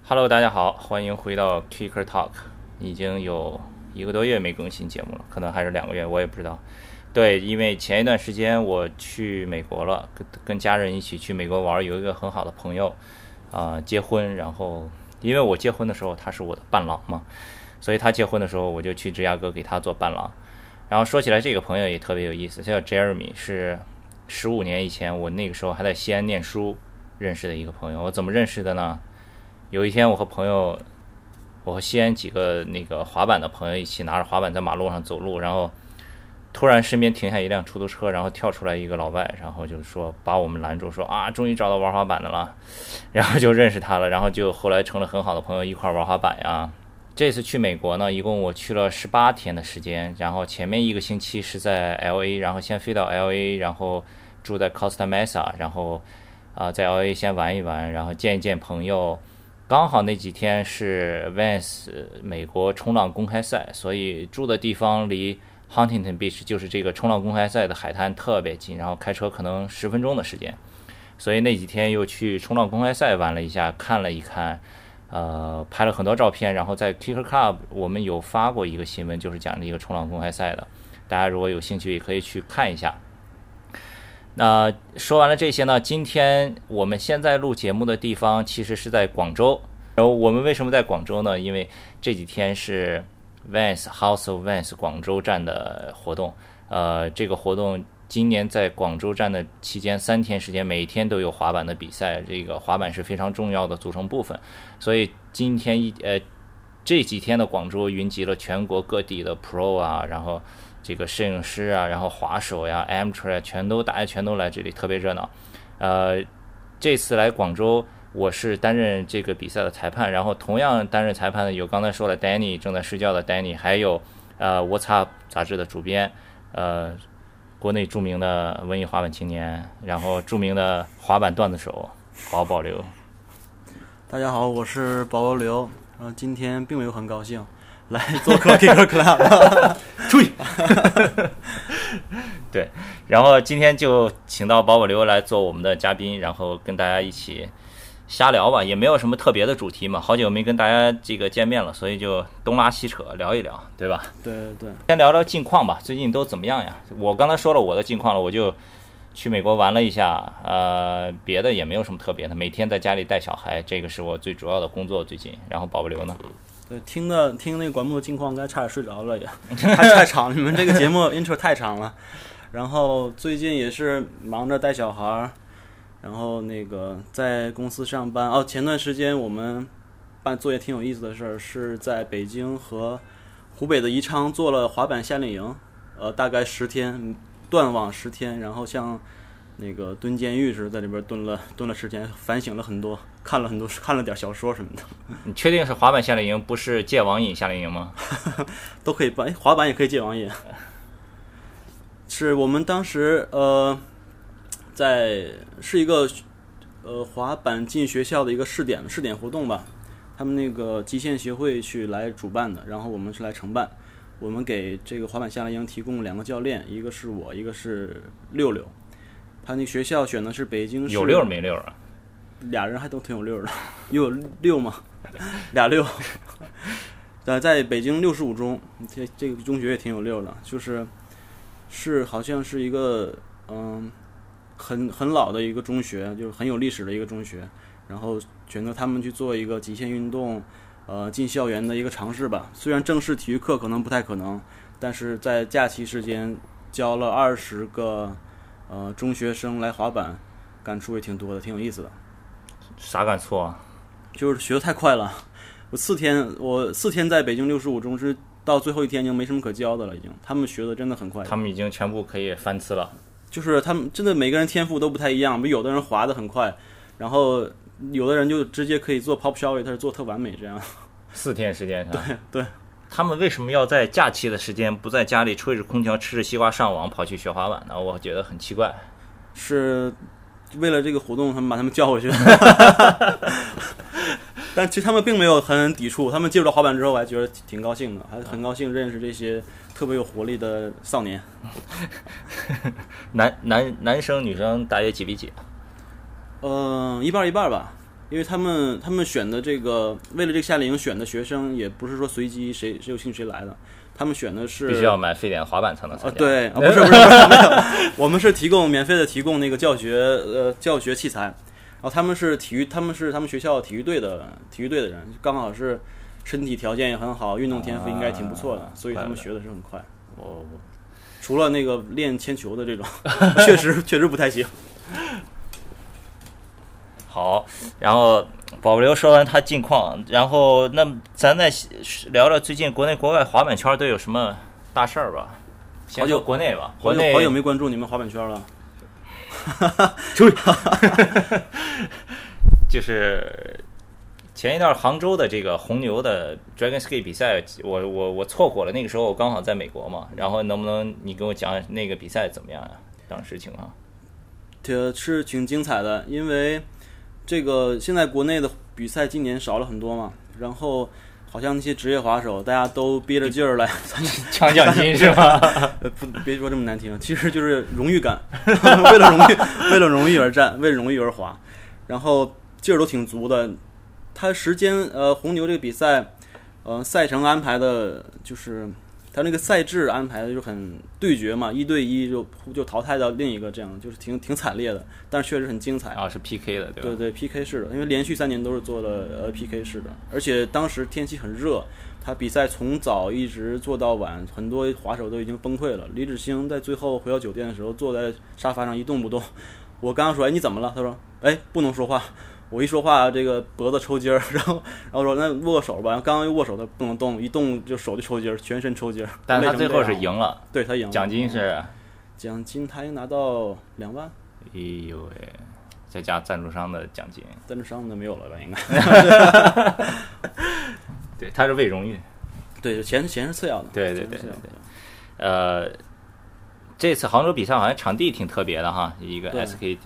Hello，大家好，欢迎回到 Kicker Talk。已经有1个多月没更新节目了，可能还是2个月，我也不知道。对，因为前一段时间我去美国了，跟家人一起去美国玩，有一个很好的朋友结婚，然后因为我结婚的时候他是我的伴郎嘛，所以他结婚的时候我就去芝加哥给他做伴郎。然后说起来这个朋友也特别有意思，他叫 Jeremy， 是15年以前我那个时候还在西安念书认识的一个朋友。我怎么认识的呢？有一天我和西安几个那个滑板的朋友一起拿着滑板在马路上走路，然后突然身边停下一辆出租车，然后跳出来一个老外，然后就说把我们拦住，说终于找到玩滑板的了，然后就认识他了，然后就后来成了很好的朋友，一块玩滑板呀。这次去美国呢，一共我去了18天的时间，然后前面1个星期是在 LA， 然后先飞到 LA， 然后住在 Costa Mesa， 然后在 LA 先玩一玩，然后见一见朋友。刚好那几天是 Vans 美国冲浪公开赛，所以住的地方离 Huntington Beach 就是这个冲浪公开赛的海滩特别近，然后开车可能10分钟的时间，所以那几天又去冲浪公开赛玩了一下，看了一看，拍了很多照片，然后在 Kicker Club 我们有发过一个新闻，就是讲这个冲浪公开赛的，大家如果有兴趣也可以去看一下。那说完了这些呢，今天我们现在录节目的地方其实是在广州。然后我们为什么在广州呢？因为这几天是 Vans House of Vans 广州站的活动。这个活动今年在广州站的期间3天时间，每天都有滑板的比赛。这个滑板是非常重要的组成部分，所以今天这几天的广州云集了全国各地的 Pro 然后这个摄影师然后滑手amateur 大家全都来这里，特别热闹。这次来广州，我是担任这个比赛的裁判，然后同样担任裁判的有刚才说了 Danny， 正在睡觉的 Danny， 还有What's Up 杂志的主编，国内著名的文艺滑板青年，然后著名的滑板段子手保留。 大家好，我是保留，今天并没有很高兴来做客 Kicker Club， 注意。对，然后今天就请到保留来做我们的嘉宾，然后跟大家一起瞎聊吧，也没有什么特别的主题嘛，好久没跟大家这个见面了，所以就东拉西扯聊一聊，对吧？ 对对， 先聊聊近况吧，最近都怎么样呀？我刚才说了我的近况了，我就去美国玩了一下，别的也没有什么特别的，每天在家里带小孩，这个是我最主要的工作最近。然后保留呢？ 对，听那个管木的近况，该差点睡着了也，太长了，你们这个节目 intro 太长了。然后最近也是忙着带小孩，然后那个在公司上班。前段时间我们做也挺有意思的事儿，是在北京和湖北的宜昌做了滑板夏令营，大概10天，断网10天，然后像那个蹲监狱似的，在里边蹲了10天，反省了很多，看了点小说什么的。 你确定是滑板夏令营，不是戒网瘾夏令营吗？ 都可以办，滑板也可以戒网瘾。是我们当时是一个滑板进学校的一个试点活动吧，他们那个极限协会来主办的，然后我们是来承办。我们给这个滑板夏令营提供2个教练，一个是我，一个是六六。他那个学校选的是北京市。 有六没六啊？ 俩人还都挺有六的，有六吗？俩六。在北京65中，这个中学也挺有六的，是好像是一个很老的一个中学，就是很有历史的一个中学，然后选择他们去做一个极限运动进校园的一个尝试吧。虽然正式体育课可能不太可能，但是在假期时间教了20个中学生来滑板，感触也挺多的，挺有意思的。 啥感触啊？ 就是学得太快了。我4天在北京65中，是到最后一天已经没什么可教的了，已经。他们学的真的很快， 他们已经全部可以翻次了。 就是他们真的每个人天赋都不太一样，有的人滑得很快，然后有的人就直接可以做 pop shove， 他是做特完美这样。 4天时间上。 对。 他们为什么要在假期的时间不在家里吹着空调吃着西瓜上网跑去学滑板呢？我觉得很奇怪。 是为了这个活动，他们把他们叫回去。但其实他们并没有很抵触，他们接触到滑板之后，我还觉得挺高兴的，还很高兴认识这些特别有活力的少年。 男生女生大约几比几？ 一半一半吧。 因为他们选的这个为了这个夏令营选的学生也不是说随机谁有兴趣谁来的，他们选的是必须要买沸点滑板才能参加。 对，不是，我们是免费的提供那个教学器材，然后他们是他们学校体育队的人，刚好是身体条件也很好，运动天赋应该挺不错的，所以他们学的是很快。除了那个练铅球的这种，确实不太行。 好，然后保留说完他近况，然后那咱再聊聊最近国内国外滑板圈都有什么大事儿吧。先说国内吧，国内好久没关注你们滑板圈了。 注意，就是前一段杭州的这个红牛的 Dragon Skate 比赛，我错过了，那个时候我刚好在美国嘛，然后能不能你给我讲那个比赛怎么样呀？当时情况？ 是挺精彩的，因为这个现在国内的比赛今年少了很多嘛，然后好像那些职业滑手大家都憋着劲儿来抢奖金是吧？ 别说这么难听，其实就是荣誉感，为了荣誉而战，为了荣誉而滑，然后劲儿都挺足的。他时间红牛这个比赛，赛程安排的就是他那个赛制安排的就很对决嘛，1对1就淘汰到另一个，这样就是挺惨烈的，但是确实很精彩啊，是 PK 的对吧？ 对 PK 式的，因为连续3年都是做了PK 式的，而且当时天气很热，他比赛从早一直做到晚，很多滑手都已经崩溃了。李志兴在最后回到酒店的时候坐在沙发上一动不动，我刚刚说你怎么了？他说不能说话。我一说话，这个脖子抽筋儿，然后说那握个手吧。刚刚一握手，他不能动，一动就手就抽筋儿，全身抽筋儿。 但是他最后是赢了， 对他赢了。 奖金是？ 奖金他应拿到2万。 哎呦喂，再加赞助商的奖金。 赞助商的没有了吧？应该。 对，他是为荣誉。 对，钱是次要的。 对。这次杭州比赛好像场地挺特别的哈，一个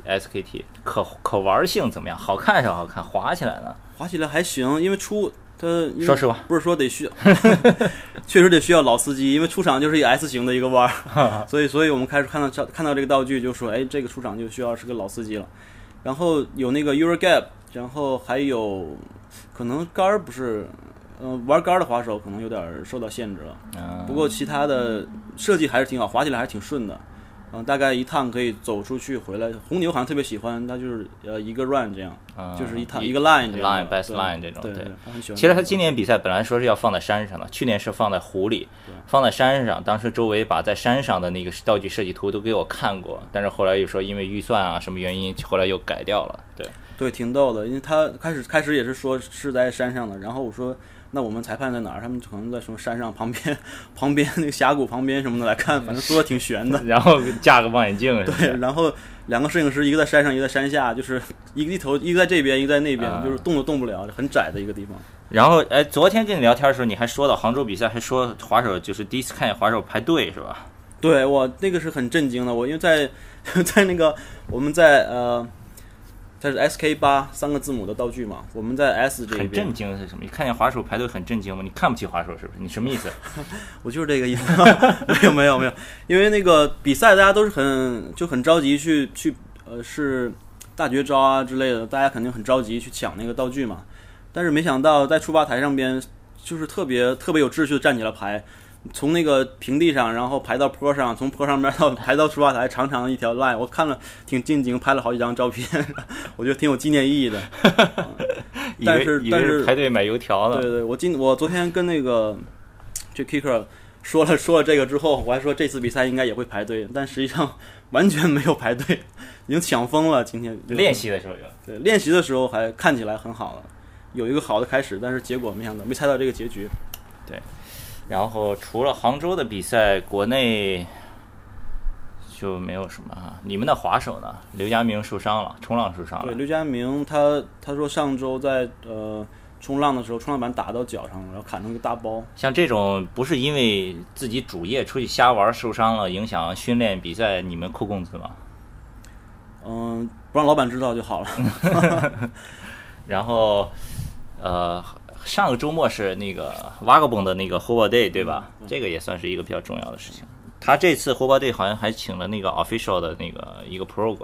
SKT 可玩性怎么样？好看是好看，滑起来呢？ 滑起来还行，因为说实话， 不是说得需要，确实得需要老司机，因为出场就是一个 S 型的一个弯儿，所以我们开始看到这个道具就说，这个出场就需要是个老司机了。然后有那个 Euro Gap， 然后还有可能杆儿不是。玩杆的滑手可能有点受到限制了，不过其他的设计还是挺好，滑起来还是挺顺的。大概一趟可以走出去回来。红牛好像特别喜欢，他就是一个 run 这样，就是一趟一个 line 这样 best line 这种。 对，他很喜欢。 其实他今年比赛本来说是要放在山上的，去年是放在湖里，放在山上。当时周围把在山上的那个道具设计图都给我看过，但是后来又说因为预算啊什么原因，后来又改掉了。 对，挺逗的，因为他开始也是说是在山上的，然后我说。那我们裁判在哪儿？他们可能在什么山上旁边那个峡谷旁边什么的来看，反正说的挺悬的。 然后架个望远镜。 对，然后2个摄影师，一个在山上，一个在山下，就是一个在这边，一个在那边，就是动都动不了，很窄的一个地方。 然后昨天跟你聊天的时候，你还说到杭州比赛，还说滑手就是第一次看见滑手排队是吧？ 对，我那个是很震惊的。我因为在那个我们在它是 SK8 3个字母的道具嘛，我们在 S 这一边。 很震惊是什么？你看见滑手排队很震惊吗？你看不起滑手是不是？你什么意思？ 我就是这个意思。没有，因为那个比赛大家都是很着急去是大绝招啊之类的，大家肯定很着急去抢那个道具嘛。但是没想到在出发台上边就是特别有秩序的站起来排。从那个平地上，然后排到坡上，从坡上面排到出发台，长长的一条 line， 我看了挺震惊，拍了好几张照片，我觉得挺有纪念意义的。但是排队买油条了。 对，我昨天跟那个这 Kicker 说了这个之后，我还说这次比赛应该也会排队，但实际上完全没有排队，已经抢疯了。今天练习的时候对，练习的时候还看起来很好了，有一个好的开始，但是结果没猜到这个结局。 对。然后除了杭州的比赛，国内就没有什么啊。你们的滑手呢？刘佳明受伤了，冲浪受伤了。 对，刘佳明他说上周在冲浪的时候，冲浪板打到脚上了，然后砍成一个大包。 像这种不是因为自己主业出去瞎玩受伤了，影响训练比赛，你们扣工资吗？ 不让老板知道就好了。 然后上个周末是那个 Vagabond 的那个 Hoba Day 对吧？这个也算是一个比较重要的事情。他这次 Hoba Day 好像还请了那个 official 的那个一个 pro 过来，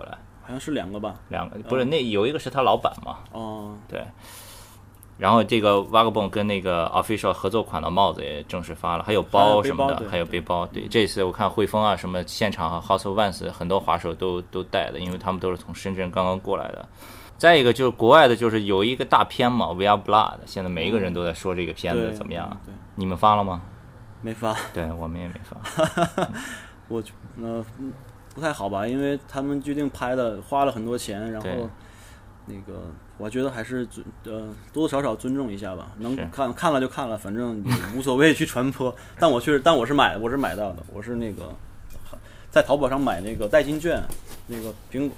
好像是2个吧。 2个不是那有一个是他老板嘛？ 哦， 对。然后这个 Vagabond 跟那个 Official 合作款的帽子也正式发了，还有包什么的，还有背包。对，这次我看汇丰啊什么现场 House of Vans 很多滑手都带的，因为他们都是从深圳刚刚过来的。再一个就是国外的，就是有一个大片嘛 We Are Blood， 现在每一个人都在说这个片子怎么样。你们发了吗？ 没发。 对，我们也没发。 我不太好吧，因为他们决定拍的，花了很多钱，然后那个我觉得还是多多少少尊重一下吧，能看了就看了，反正也无所谓去传播。但我是买到的，我是那个在淘宝上买那个代金券，那个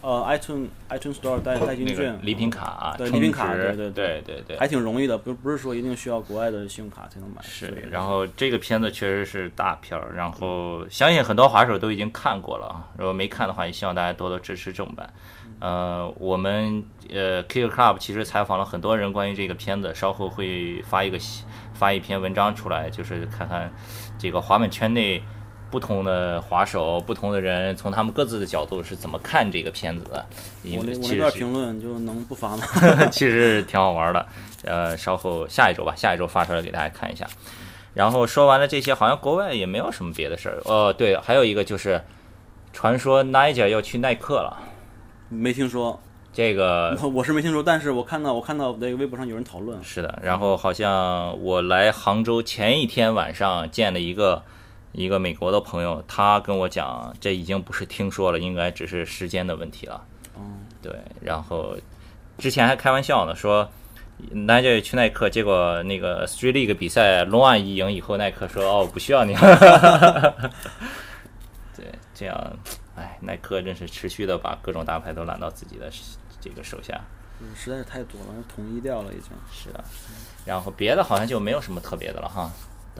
iTunes Store 代金券， 礼品卡， 对礼品卡， 对， 还挺容易的，不是说一定需要国外的信用卡才能买。 是，然后这个片子确实是大片儿，然后相信很多滑手都已经看过了啊，如果没看的话，也希望大家多多支持正版。我们Kicker Club 其实采访了很多人关于这个片子，稍后会发一篇文章出来，就是看看这个滑板圈内不同的滑手、不同的人从他们各自的角度是怎么看这个片子的。 我那段评论就能不发吗？ 其实挺好玩的。稍后下一周发出来给大家看一下。然后说完了这些，好像国外也没有什么别的事儿。对，还有一个就是传说 Nigel 要去耐克了。 没听说这个， 我是没听说，但是我看到那个微博上有人讨论。 是的，然后好像我来杭州前一天晚上见了一个美国的朋友，他跟我讲，这已经不是听说了，应该只是时间的问题了。对，然后之前还开玩笑呢，说Nigel去耐克，结果那个 Street League 比赛龙岸一赢以后，耐克说不需要你了。对，这样。耐克真是持续的把各种大牌都揽到自己的这个手下， 实在是太多了，统一掉了已经。 是的，然后别的好像就没有什么特别的了哈。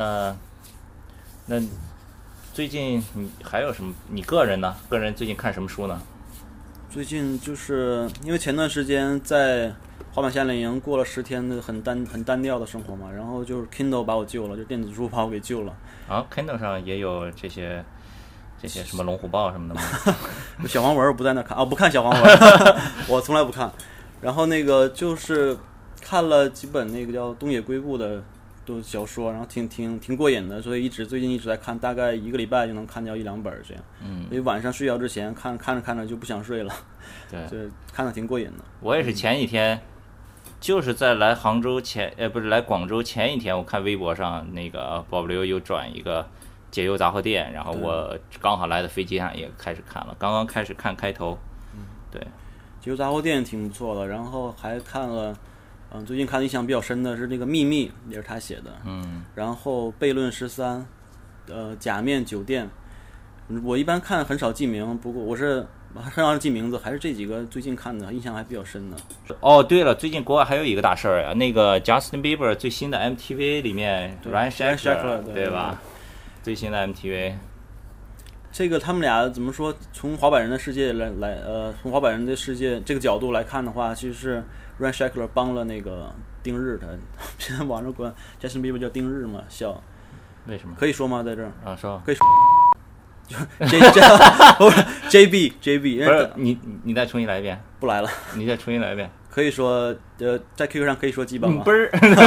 那最近你还有什么？你个人呢？个人最近看什么书呢？ 最近就是因为前段时间在滑板夏令营过了10天的很单调的生活嘛，然后就是 Kindle 把我救了，就电子书把我给救了。 Kindle 上也有这些什么龙虎豹什么的吗？ 小黄文我不在那看不看小黄文，我从来不看。然后那个就是看了几本那个叫东野圭吾的小说，然后挺过瘾的，所以最近一直在看，大概1个礼拜就能看掉1-2本这样。所以晚上睡觉之前看着就不想睡了。对，就看得挺过瘾的。 我也是前几天，就是在来杭州不是来广州前一天，我看微博上那个 Bob 刘又转一个解忧杂货店，然后我刚好来的飞机上也开始看了，刚刚开始看开头。对， 解忧杂货店挺不错的，然后还看了，最近看的印象比较深的是那个秘密，也是他写的。然后悖论13，假面酒店，我一般看很少记名，不过我是很少记名字，还是这几个最近看的印象还比较深的。 对了，最近国外还有一个大事儿啊，那个 Justin Bieber 最新的 MTV 里面 Ryan Sheckler 对吧？最新的 MTV， 这个他们俩怎么说？从滑板人的世界从滑板人的世界这个角度来看的话，其实是 Ryan Sheckler 帮了那个丁日，他现在网上管 Justin Bieber 叫丁日嘛，笑。 为什么？ 可以说吗？在这儿说可以说。JB， 不是你再重新来一遍。 不来了， 你再重新来一遍。 可以说在 QQ 上可以说鸡巴吗？ 不是，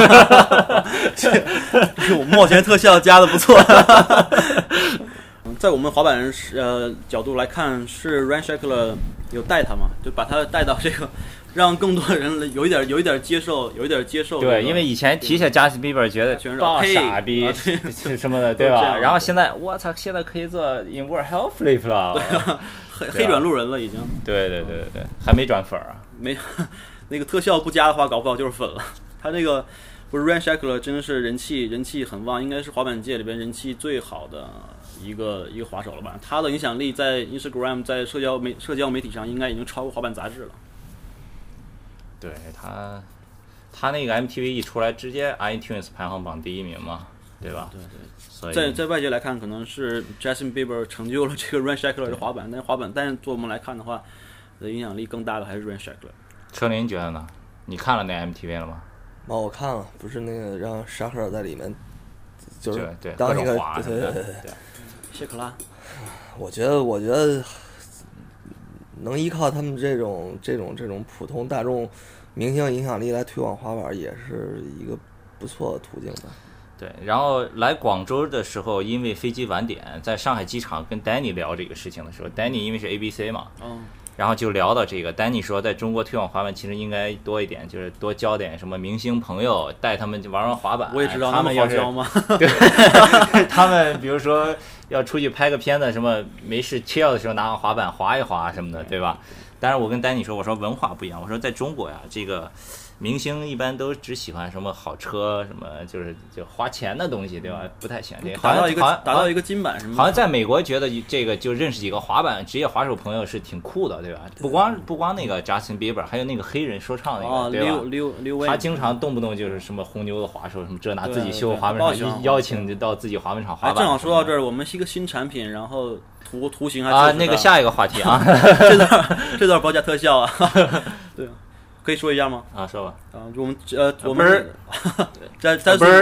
我冒险特效加的不错。在我们滑板人角度来看，是 Ryan Sheckler 有带他嘛，就把他带到这个，让更多人有一点接受， 对，因为以前提起 Justin Bieber 觉得傻逼什么的，对吧？然后现在我操，现在可以做 Inward Hell Flip 了， 黑转路人了已经。 对，还没转粉啊？ 没，那个特效不加的话，搞不好就是粉了。他那个不是 Ryan Sheckler 真的是人气很旺，应该是滑板界里边人气最好的一个滑手了吧？他的影响力在 Instagram 在社交媒体上应该已经超过滑板杂志了。 对他那个 MTV 一出来，直接 iTunes 排行榜第1名嘛，对吧？ 对。 所以在外界来看，可能是 Justin Bieber 成就了这个 Ryan Sheckler 的滑板，但是做我们来看的话，影响力更大的还是 Ryan Sheckler。 车林觉得呢？你看了那 MTV 了吗？ 我看了，不是那个让沙克尔在里面，就是对当一个对谢克拉。 我觉得能依靠他们这种普通大众明星影响力来推广滑板，也是一个不错的途径吧。 对，然后来广州的时候，因为飞机晚点，在上海机场跟 Danny 聊这个事情的时候，Danny 因为是 ABC 嘛，然后就聊到这个。Danny 说，在中国推广滑板其实应该多一点，就是多交点什么明星朋友，带他们玩滑板。 我也知道， 他们要交吗？ 对，他们比如说要出去拍个片子，什么没事 chill 的时候拿个滑板滑一滑什么的，对吧？但是我跟Danny说，我说文化不一样，我说在中国呀，这个。明星一般都只喜欢什么好车，什么就花钱的东西，对吧？不太喜欢这个。 达到一个金版什么？ 好像在美国觉得这个就认识几个滑板职业滑手朋友是挺酷的，对吧？不光那个 Justin Bieber， 还有那个黑人说唱那个，对吧？他经常动不动就是什么红牛的滑手，什么这拿自己修滑板场，邀请就到自己滑板场滑板。 正好说到这儿，我们是一个新产品，然后图形还那个下一个话题啊， 这段报价特效啊，对。可以说一下吗？ 啊，说吧。 我们在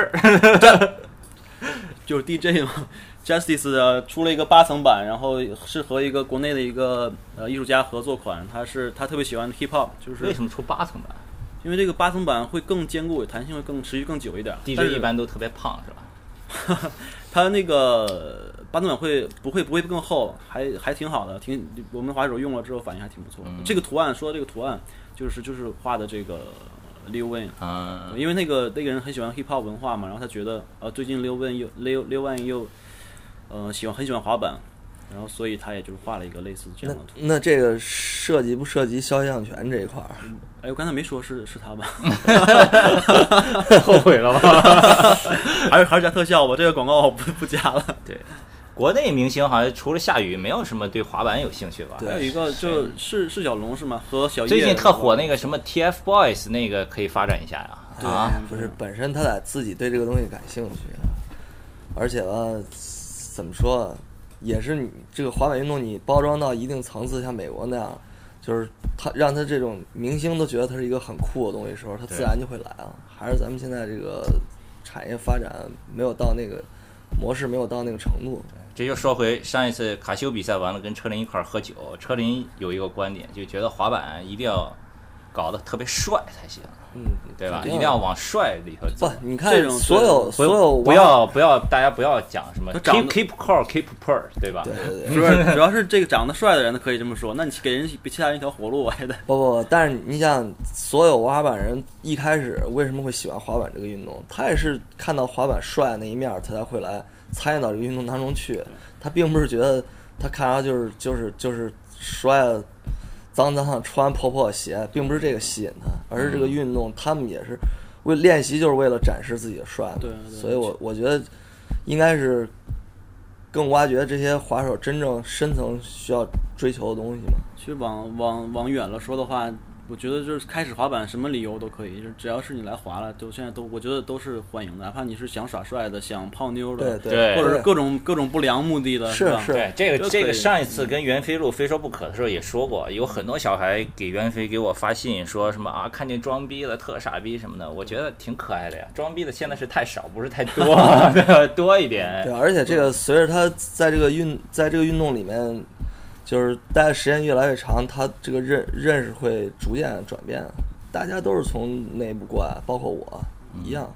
就是 DJ 嘛 ，Justice 出了一个8层版，然后是和一个国内的一个艺术家合作款，他特别喜欢 hip hop， 就是为什么出8层版？ 因为这个8层版会更坚固，弹性会更持续更久一点。 DJ 一般都特别胖，是吧？他那个8层版不会更厚，还挺好的，我们滑手用了之后反应还挺不错。这个图案说的这个图案。就是画的这个 Lil Wayne，因为那个人很喜欢 hip hop 文化嘛，然后他觉得最近 Lil Wayne 又很喜欢滑板，然后所以他也就是画了一个类似这样的图。 那这个涉及不涉及肖像权这一块？ 哎，我刚才没说是他吧？ 后悔了吧？ 还是加特效吧，这个广告我不加了。 对。国内明星好像除了下雨，没有什么对滑板有兴趣吧？ 还有一个就是释小龙是吗？和小叶最近特火那个什么 TFBOYS 那个可以发展一下呀。 不是本身他得自己对这个东西感兴趣，而且吧，怎么说，也是你这个滑板运动你包装到一定层次，像美国那样，就是他让他这种明星都觉得它是一个很酷的东西的时候，他自然就会来了。还是咱们现在这个产业发展没有到那个模式，没有到那个程度。 这就说回上一次卡西欧比赛完了，跟车林一块儿喝酒，车林有一个观点，就觉得滑板一定要搞得特别帅才行，对吧？一定要往帅里头走。 不，你看所有不要大家不要讲什么 keep core keep purr， 对吧？ 对，主要是这个长得帅的人可以这么说，那你给其他人一条活路还得。 不，但是你想，所有滑板人一开始为什么会喜欢滑板这个运动？他也是看到滑板帅的那一面，他才会来参与到这个运动当中去，他并不是觉得他看着就是摔了脏穿破鞋，并不是这个吸引他，而是这个运动，他们也是为练习，就是为了展示自己的帅嘛。 对， 所以我觉得应该是更挖掘这些滑手真正深层需要追求的东西嘛。 其实往远了说的话，我觉得就是开始滑板什么理由都可以，就是只要是你来滑了，现在我觉得都是欢迎的，哪怕你是想耍帅的、想泡妞的， 对， 或者是各种不良目的的， 是吧？ 对，这个上一次跟袁飞录非说不可的时候也说过，有很多小孩给袁飞给我发信说什么啊，看见装逼了特傻逼什么的，我觉得挺可爱的呀。装逼的现在是太少，不是太多，多一点。 对，而且这个随着他在这个运动里面。就是待的时间越来越长，他这个认识会逐渐转变。大家都是从内部过来，包括我一样。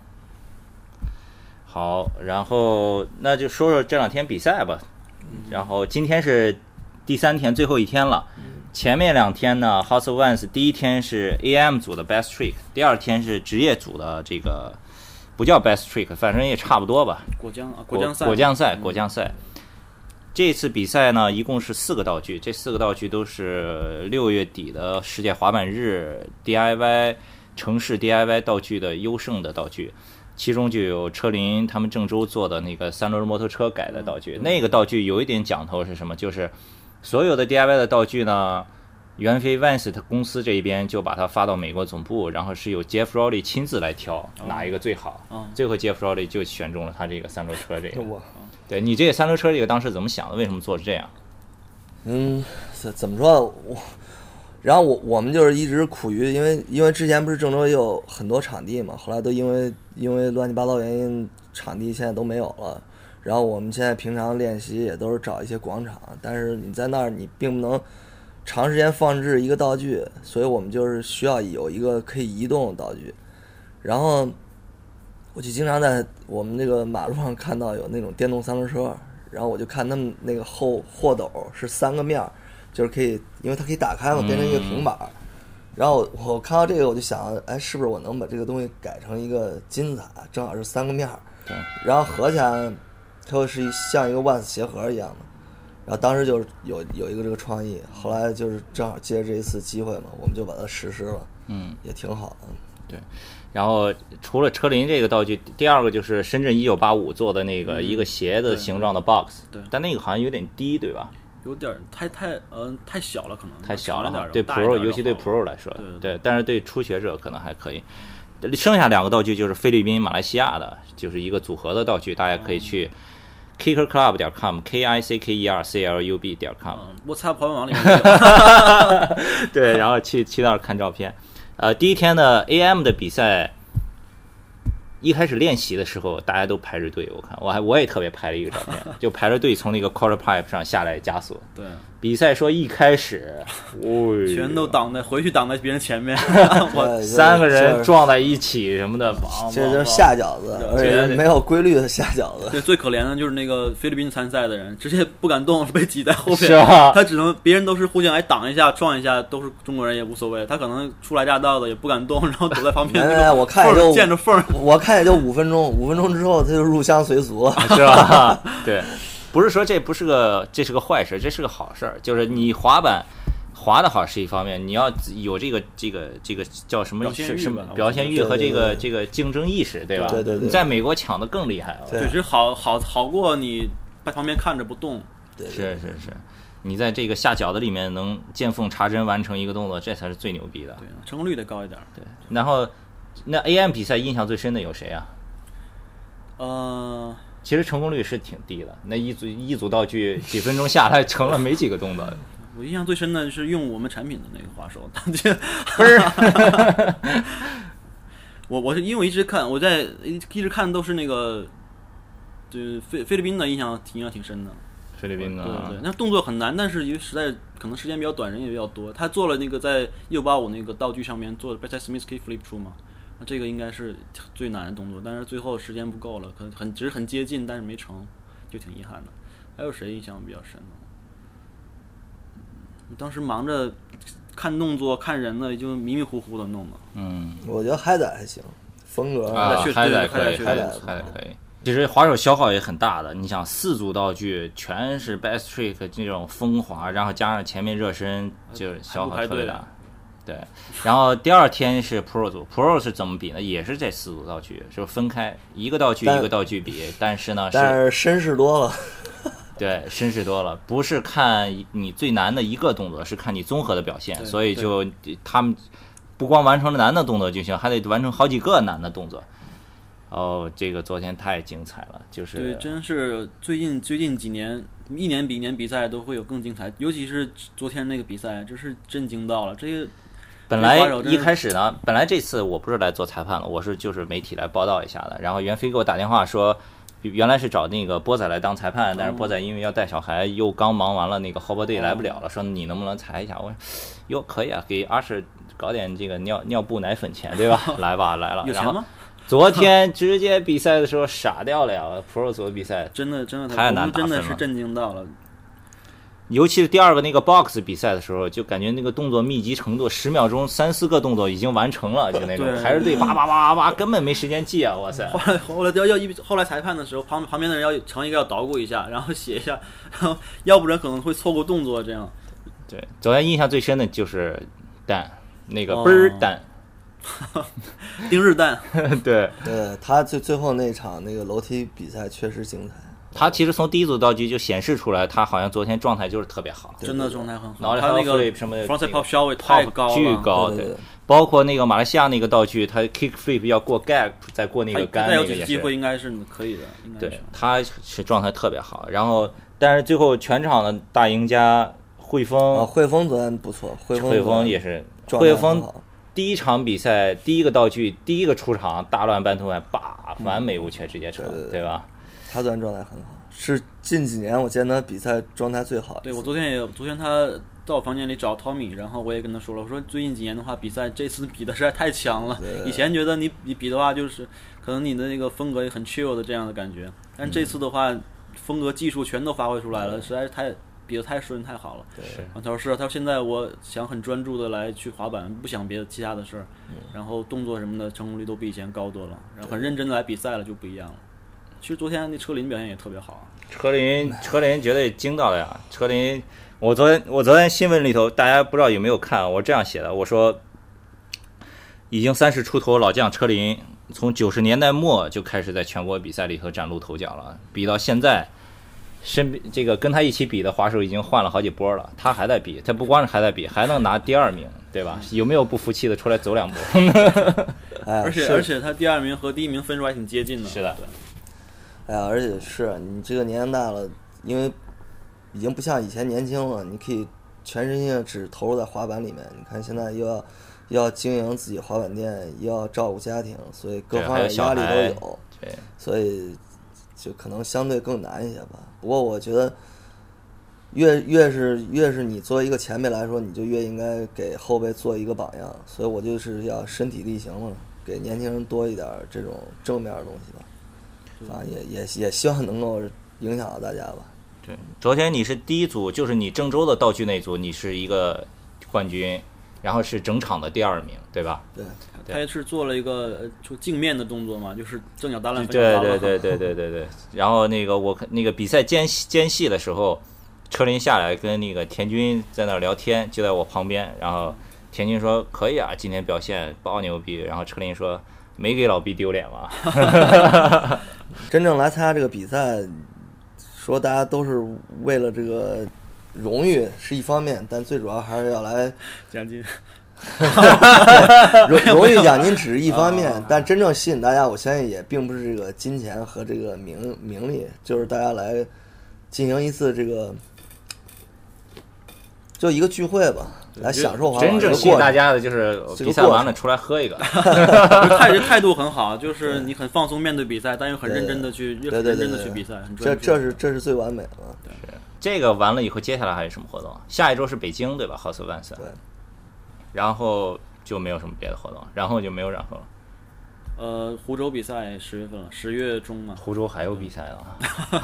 好，然后那就说说这2天比赛吧。然后今天是第3天，最后一天了。前面2天呢 ，House of Ones 第一天是 AM 组的 Best Trick， 第2天是职业组的这个不叫 Best Trick， 反正也差不多吧。果酱赛。这次比赛呢，一共是4个道具，这4个道具都是6月底的世界滑板日 DIY 城市 DIY 道具的优胜的道具，其中就有车林他们郑州做的那个3轮摩托车改的道具。那个道具有一点讲头是什么？就是所有的 DIY 的道具呢，袁飞 Vans 公司这一边就把它发到美国总部，然后是由 Jeff Rowley 亲自来挑哪一个最好。最后 Jeff Rowley 就选中了他这个3轮车这个。对，你这个3轮车这个当时怎么想的？为什么做这样？ 怎么说？然后我们就是一直苦于，因为之前不是郑州也有很多场地嘛，后来都因为乱七八糟原因，场地现在都没有了。然后我们现在平常练习也都是找一些广场，但是你在那儿你并不能长时间放置一个道具，所以我们就是需要有一个可以移动的道具。然后我就经常在我们这个马路上看到有那种电动三轮车，然后我就看他们那个货斗是3个面，就是可以，因为它可以打开嘛，变成一个平板。然后我看到这个，我就想，哎，是不是我能把这个东西改成一个金字塔，正好是3个面， 对， 然后合起来，它会是像一个万斯鞋盒一样的。然后当时就是有一个这个创意，后来就是正好借着这一次机会嘛，我们就把它实施了，也挺好的。 对，然后除了车林这个道具，第二个就是深圳1985做的那个一个鞋子形状的 box， 对， 但那个好像有点低，对吧？ 有点太小了，可能太小了哈。 对 Pro， 尤其对 Pro 来说，对，但是对初学者可能还可以。剩下2个道具就是菲律宾、马来西亚的，就是一个组合的道具，大家可以去 kickerclub.com KICKERCLUB.com， 我猜跑网里面有对，然后去那儿看照片。第一天的 AM 的比赛，一开始练习的时候，大家都排着队，我也特别拍了一个照片，就排着队从那个 quarter pipe 上下来加速。 对， 比赛说一开始， 全都回去挡在别人前面， 我3个人撞在一起什么的， 这就是下饺子，而且没有规律的下饺子。 对，最可怜的就是那个菲律宾参赛的人，直接不敢动，被挤在后边。 是啊， 他只能别人都是互相来挡一下、撞一下，都是中国人也无所谓。他可能初来乍到的也不敢动，然后躲在旁边。 我看也就见着缝， 我看也就5分钟，5分钟之后他就入乡随俗， 是吧？对。不是说这是个坏事，这是个好事儿。就是你滑板滑得好是一方面，你要有这个叫什么表现欲和这个竞争意识，对吧？ 对。 你在美国抢的更厉害了， 对，是好过你在旁边看着不动。 对， 是，你在这个下饺子里面能见缝插针完成一个动作，这才是最牛逼的。 对，成功率得高一点。 对，然后那 AM 比赛印象最深的有谁啊？其实成功率是挺低的，那一组道具几分钟下来成了没几个动作。 我印象最深的是用我们产品的那个滑手，我是因为我一直看，一直看都是那个，对菲律宾的印象挺深的。 菲律宾的， 对，那动作很难，但是因为实在可能时间比较短，人也比较多。他做了那个在1985那个道具上面做的 Backside Smith Kickflip 出嘛。这个应该是最难的动作，但是最后时间不够了，可能只是很接近，但是没成，就挺遗憾的。还有谁印象比较深的？当时忙着看动作、看人呢，就迷迷糊糊的弄的。 我觉得海仔还行，风格海仔可以。其实滑手消耗也很大的，你想4组道具全是 best trick 这种风滑，然后加上前面热身，就消耗特别大。对，然后第2天是 Pro 组 ，Pro 是怎么比呢？也是这4组道具，就是分开一个道具一个道具比，但是呢， 但是绅士多了。 对，绅士多了，不是看你最难的一个动作，是看你综合的表现，所以就他们不光完成了难的动作就行，还得完成好几个难的动作。这个昨天太精彩了，就是对，真是最近几年，一年比一年比赛都会有更精彩，尤其是昨天那个比赛，真是震惊到了。这个本来一开始呢，本来这次我不是来做裁判了，我是就是媒体来报道一下的。然后袁飞给我打电话说，原来是找那个波仔来当裁判，但是波仔因为要带小孩，又刚忙完了那个 Hobart Day 来不了了，说你能不能裁一下？我说哟可以啊，给阿什搞点这个尿布奶粉钱，对吧？来吧，来了。 有钱吗？ 昨天直接比赛的时候傻掉了呀 ！Pro 组比赛真的太难打分了， 真的是震惊到了。 尤其是第2个那个 box 比赛的时候，就感觉那个动作密集程度，10秒钟3-4个动作已经完成了，就那种排着队叭，根本没时间记啊！哇塞！ 后来裁判的时候，旁边的人要成一个要捣鼓一下，然后写一下，然后要不然可能会错过动作这样。 对，昨天印象最深的就是蛋，那个嘣儿蛋， 丁日蛋。 对，他最后那场那个楼梯比赛确实精彩。 他其实从第1组道具就显示出来，他好像昨天状态就是特别好， 真的状态很好。 然后他那个 frontside pop 稍微太高了， 巨高，对。包括那个马来西亚那个道具，他 kick flip 要过 gap 再过那个杆，那个也是机会应该是可以的。 对，他是状态特别好。然后，但是最后全场的大赢家汇丰， 汇丰昨天不错，汇丰也是，汇丰第1场比赛第1个道具第1个出场大乱半途完美无缺直接成，对吧？ 他昨天状态很好，是近几年我见他比赛状态最好。 对，我昨天他在我房间里找 Tommy， 然后我也跟他说了，我说最近几年的话，比赛这次比的实在太强了。以前觉得你比的话，就是可能你的那个风格也很 chill 的这样的感觉，但这次的话，风格技术全都发挥出来了，实在是比得太顺太好了。他说是，他说现在我想很专注的来去滑板，不想别的其他的事儿，然后动作什么的成功率都比以前高多了，然后很认真的来比赛了就不一样了。其实昨天那车林表现也特别好。 车林绝对惊到了呀！车林，我昨天新闻里头，大家不知道有没有看，我这样写的，我说已经30出头老将车林，从90年代末就开始在全国比赛里头崭露头角了，比到现在，身边这个跟他一起比的滑手已经换了好几波了，他还在比，他不光是还在比，还能拿第2名，对吧？有没有不服气的出来走2步？ 而且他第2名和第1名分数还挺接近的。 是的。 哎呀，而且是你这个年龄大了，因为已经不像以前年轻了，你可以全身心的只投入在滑板里面。你看现在又要经营自己滑板店，又要照顾家庭，所以各方面压力都有。 对， 所以就可能相对更难一些吧。不过我觉得越是你作为一个前辈来说，你就越应该给后辈做一个榜样。所以我就是要身体力行了，给年轻人多一点这种正面的东西吧。也希望能够影响到大家吧。 对，昨天你是第一组，就是你郑州的道具那组，你是一个冠军，然后是整场的第2名，对吧？ 对，他也是做了一个就镜面的动作嘛，就是正脚搭烂，分脚搭烂。 对。然后那个我那个比赛间隙的时候，车林下来跟那个田军在那聊天，就在我旁边，然后田军说可以啊，今天表现爆牛逼，然后车林说没给老毕丢脸吧？ 真正来参加这个比赛，说大家都是为了这个荣誉是一方面，但最主要还是要来奖金。 荣誉奖金只是一方面，但真正吸引大家，我相信也并不是这个金钱和这个名利，就是大家来进行一次这个就一个聚会吧。来享受滑板， 真正吸引大家的就是比赛完了出来喝一个。 态度很好，就是你很放松面对比赛，但又很认真的去认真的去比赛，很专注。 这是最完美的。 对，这个完了以后，接下来还有什么活动？下一周是北京，对吧 ？House of Vans。 对。 然后就没有什么别的活动，然后就没有然后了。 湖州比赛10月份了，10月中嘛。 湖州还有比赛啊？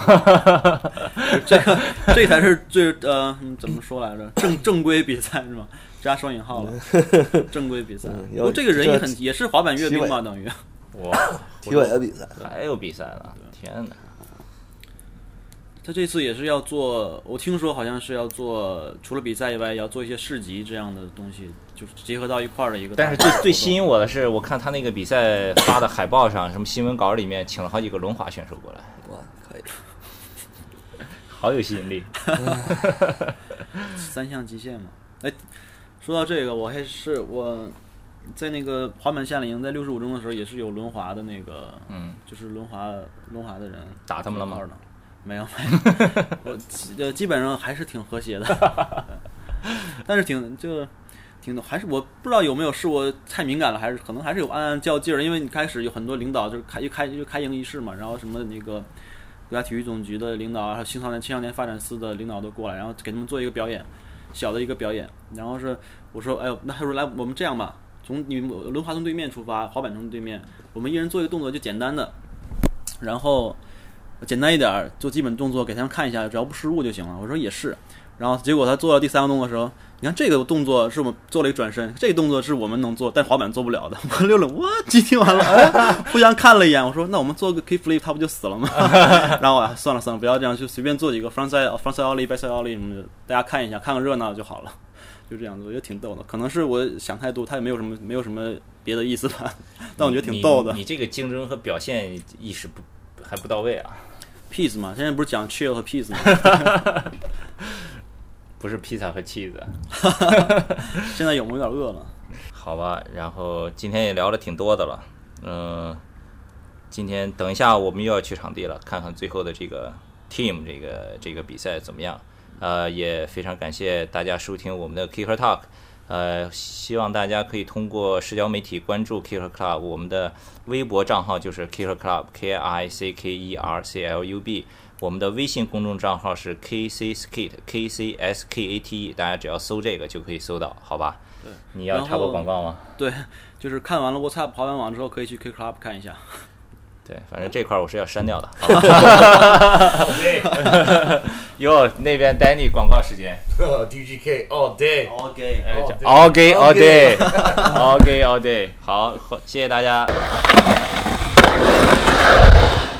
这才是最怎么说来着？正规比赛是吗？加双引号了，正规比赛。不过这个人也是滑板阅兵嘛，等于。 哇， 体委的比赛还有比赛呢！天哪！ 他这次也是要做，我听说好像是要做，除了比赛以外，也要做一些市集这样的东西，就是结合到一块儿的一个。 但是最吸引我的是，我看他那个比赛发的海报上，什么新闻稿里面请了好几个轮滑选手过来。 哇，可以， 好有吸引力。 3项极限嘛。哎，说到这个，我在那个滑板夏令营，在65中的时候，也是有轮滑的那个，就是轮滑的人打他们了吗？ 没有，我基本上还是挺和谐的，但是还是我不知道有没有是我太敏感了，还是可能还是有暗暗较劲儿，因为你开始有很多领导就是开营仪式嘛，然后什么那个国家体育总局的领导，还有青少年发展司的领导都过来，然后给他们做一个表演，小的一个表演，然后是我说哎呦，那他说来我们这样吧，从你轮滑从对面出发，滑板从对面，我们一人做一个动作就简单的，然后。简单一点，做基本动作给他们看一下，只要不失误就行了。我说也是，然后结果他做到第3个动作的时候，你看这个动作是我们做了一个转身，这个动作是我们能做，但滑板做不了的。我溜了，我听完了，哎，互相看了一眼，我说那我们做个 kick flip， 他不就死了吗？然后啊，算了，不要这样，就随便做几个 frontside ollie、backside ollie 什么的，大家看一下，看个热闹就好了。就这样子，我觉得挺逗的。可能是我想太多，他也没有什么别的意思吧，但我觉得挺逗的。 你这个竞争和表现意识还不到位啊。 Peace 嘛，现在不是讲 chill 和 peace 吗？ 不是披萨和气子。 现在有点饿了。 好吧，然后今天也聊了挺多的了，今天等一下我们又要去场地了，看看最后的这个 team 这个比赛怎么样。也非常感谢大家收听我们的 Kicker Talk。希望大家可以通过社交媒体关注 Kicker Club， 我们的微博账号就是 Kicker Club KICKERCLUB， 我们的微信公众账号是 KCSKATE， 大家只要搜这个就可以搜到，好吧？ 对， 你要插播广告吗？ 对，就是看完了 WhatsApp 滑板网之后，可以去 K Club 看一下。 对，反正这块我是要删掉的。哟，那边 Danny 广告时间。 DGK all day all day all day all day all day all day。好，谢谢大家。